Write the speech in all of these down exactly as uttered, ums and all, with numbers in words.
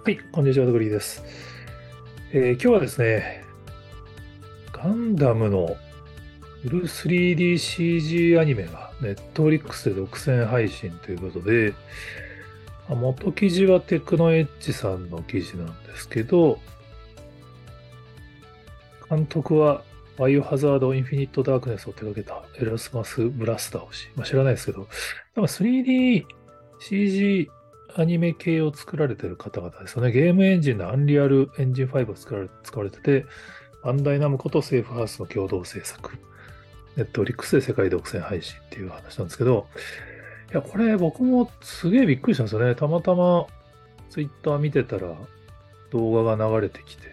はい、こんにちは、ドグリーです。えー今日はですね、ガンダムのフル スリーディーシージー アニメが Netflix で独占配信ということで、まあ元記事はテクノエッジさんの記事なんですけど、監督はバイオハザード・インフィニット・ダークネスを手掛けたエラスマス・ブラスター氏。まあ、知らないですけど、多分 スリーディーシージー アニメ系を作られてる方々ですよね。ゲームエンジンのアンリアルエンジンファイブを使われ使われてて、バンダイナムコとセーフハウスの共同制作。ネットフリックスで世界独占配信っていう話なんですけど、いや、これ僕もすげえびっくりしたんですよね。たまたまツイッター見てたら動画が流れてきて、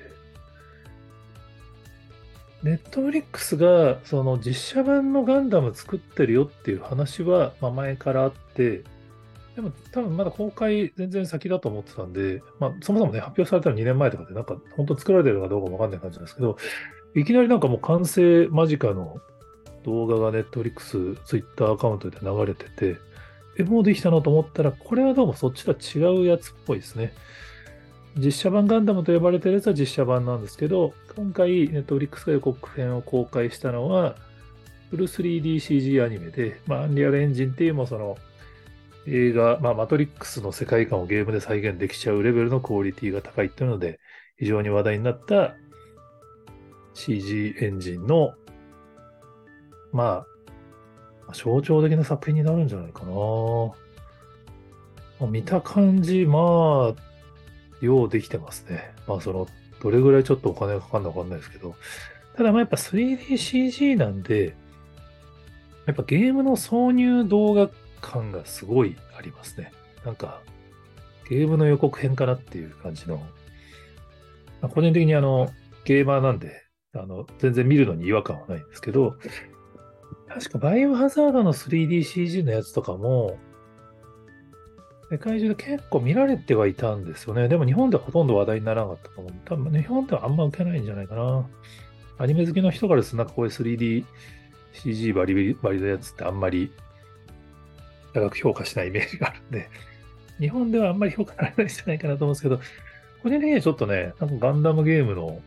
ネットフリックスがその実写版のガンダム作ってるよっていう話は、まあ、前からあって、でも多分まだ公開全然先だと思ってたんで、まあ、そもそもね、発表されたのにねんまえとかで、なんか本当作られてるのかどうかもわかんない感じなんですけど、いきなりなんかもう完成間近の動画がネットフリックス、ツイッターアカウントで流れてて、え、もうできたのと思ったら、これはどうもそっちとは違うやつっぽいですね。実写版ガンダムと呼ばれてるやつは実写版なんですけど、今回、ネットフリックスが予告編を公開したのは、フル スリーディーシージー アニメで、まあ、アンリアルエンジンっていうもその映画、まあ、マトリックスの世界観をゲームで再現できちゃうレベルのクオリティが高いっていうので、非常に話題になった シージー エンジンの、まあ、象徴的な作品になるんじゃないかな。まあ見た感じ、まあ、ようできてますね。まあ、その、どれぐらいちょっとお金がかかるのかわかんないですけど、ただまあやっぱ スリーディーシージー なんで、やっぱゲームの挿入動画感がすごいありますね。なんか、ゲームの予告編かなっていう感じの、まあ個人的にあの、ゲーマーなんで、あの、全然見るのに違和感はないんですけど、確かバイオハザードの スリーディーシージー のやつとかも、世界中で結構見られてはいたんですよね。でも日本ではほとんど話題にならなかったかも。多分日本ではあんま受けないんじゃないかな。アニメ好きの人からするとなんかこういう スリーディーシージー バリバリバリのやつってあんまり高く評価しないイメージがあるんで、日本ではあんまり評価されないんじゃないかなと思うんですけど、個人的にはちょっとね、なんかガンダムゲームの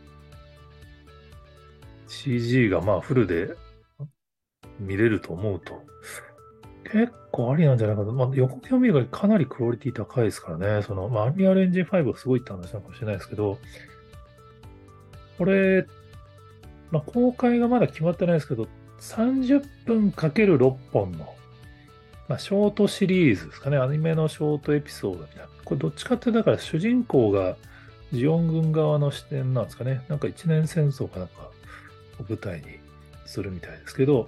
シージー がまあフルで見れると思うと、結構ありなんじゃないかと。まあ、予告編を見る限りかなりクオリティ高いですからね。その、まあ、アンリアルエンジンファイブがすごいって話なのかもしれないですけど、これ、まあ、公開がまだ決まってないですけど、さんじゅっぷんかけるろっぽんの、まあ、ショートシリーズですかね。アニメのショートエピソードみたいな。これどっちかっていうと、だから主人公がジオン軍側の視点なんですかね。なんか一年戦争かなんかを舞台にするみたいですけど、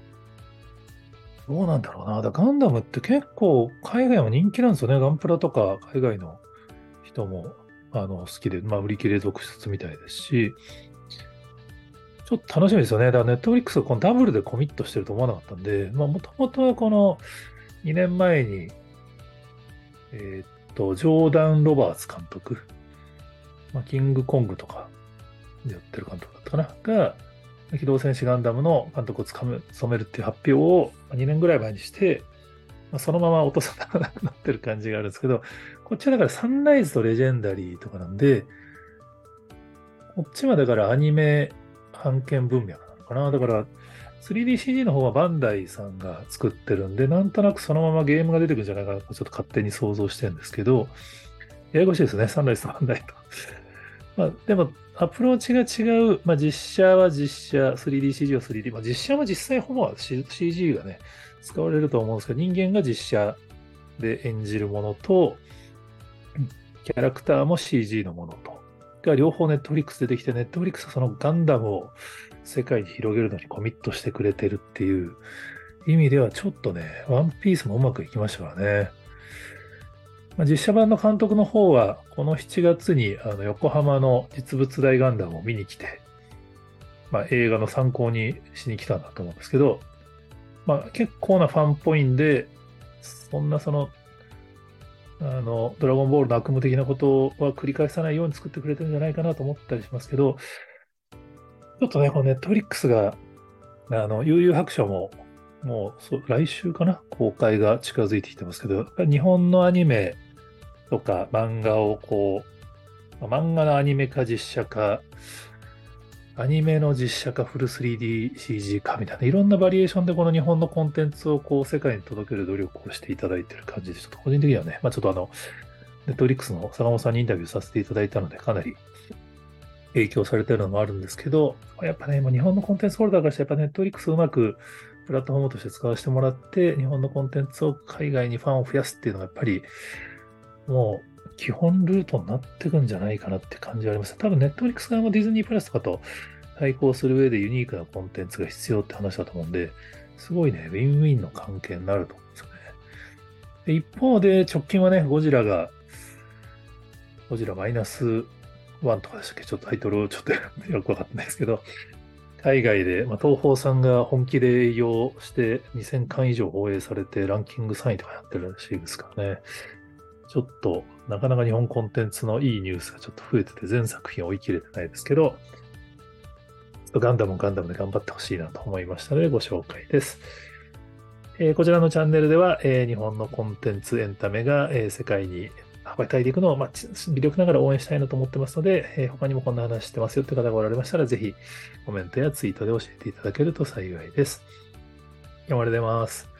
どうなんだろうな。だからガンダムって結構海外も人気なんですよね。ガンプラとか海外の人もあの好きで、まあ売り切れ続出みたいですし、ちょっと楽しみですよね。だからネットフリックスがこのダブルでコミットしてると思わなかったんで、まあもともとはこのにねんまえに、えーっと、ジョーダン・ロバーツ監督、まあ、キングコングとかでやってる監督だったかな、が、機動戦士ガンダムの監督を務め務めるっていう発表をにねんぐらい前にして、まあ、そのまま落とさなくなってる感じがあるんですけど、こっちはだからサンライズとレジェンダリーとかなんで、こっちはだからアニメ版権文脈なのかな。だから スリーディーシージー の方はバンダイさんが作ってるんで、なんとなくそのままゲームが出てくるんじゃないかなとちょっと勝手に想像してるんですけど、ややこしいですね、サンライズとバンダイと。まあ、でも、アプローチが違う、まあ、実写は実写、スリーディーシージー は スリーディー、まあ、実写は実際ほぼ シージー がね、使われると思うんですけど、人間が実写で演じるものと、キャラクターも シージー のものと、が両方ネットフリックスでできて、ネットフリックスはそのガンダムを世界に広げるのにコミットしてくれてるっていう意味では、ちょっとね、ワンピースもうまくいきましたからね。まあ、実写版の監督の方は、このしちがつにあの横浜の実物大ガンダムを見に来て、まあ、映画の参考にしに来たんだと思うんですけど、まあ、結構なファンっぽいんで、そんなその、あの、ドラゴンボールの悪夢的なことは繰り返さないように作ってくれてるんじゃないかなと思ったりしますけど、ちょっとね、このネットフリックスが、あの、悠々白書も、もうそう、来週かな、公開が近づいてきてますけど、日本のアニメとか漫画をこう、 まあ漫画のアニメ化実写化、アニメの実写化、フル スリーディーシージー 化みたいな、いろんなバリエーションでこの日本のコンテンツをこう世界に届ける努力をしていただいている感じで、ちょっと個人的にはね、まあちょっとあの、ネットフリックスの坂本さんにインタビューさせていただいたので、かなり影響されているのもあるんですけど、やっぱね、もう日本のコンテンツホルダーからして、やっぱネットフリックスをうまくプラットフォームとして使わせてもらって、日本のコンテンツを海外にファンを増やすっていうのがやっぱり、もう基本ルートになっていくんじゃないかなって感じはあります。多分ネットフリックス側もディズニープラスとかと対抗する上でユニークなコンテンツが必要って話だと思うんで、すごいね、ウィンウィンの関係になると思うんですよね。で一方で直近はね、ゴジラが、ゴジラマイナスワンとかでしたっけ、ちょっとタイトルをちょっとよくわかってないですけど、海外で、まあ、東宝さんが本気で営業してにせんかん以上放映されてランキングさんいとかやってるらしいですからね。ちょっとなかなか日本コンテンツのいいニュースがちょっと増えてて全作品追い切れてないですけど、ガンダムもガンダムで頑張ってほしいなと思いましたのでご紹介です。えーこちらのチャンネルでは、えー日本のコンテンツ、エンタメが、えー世界に羽ばたいていくのを、まあ、ち微力ながら応援したいなと思ってますので、えー他にもこんな話してますよって方がおられましたら、ぜひコメントやツイートで教えていただけると幸いです。今まで出ます。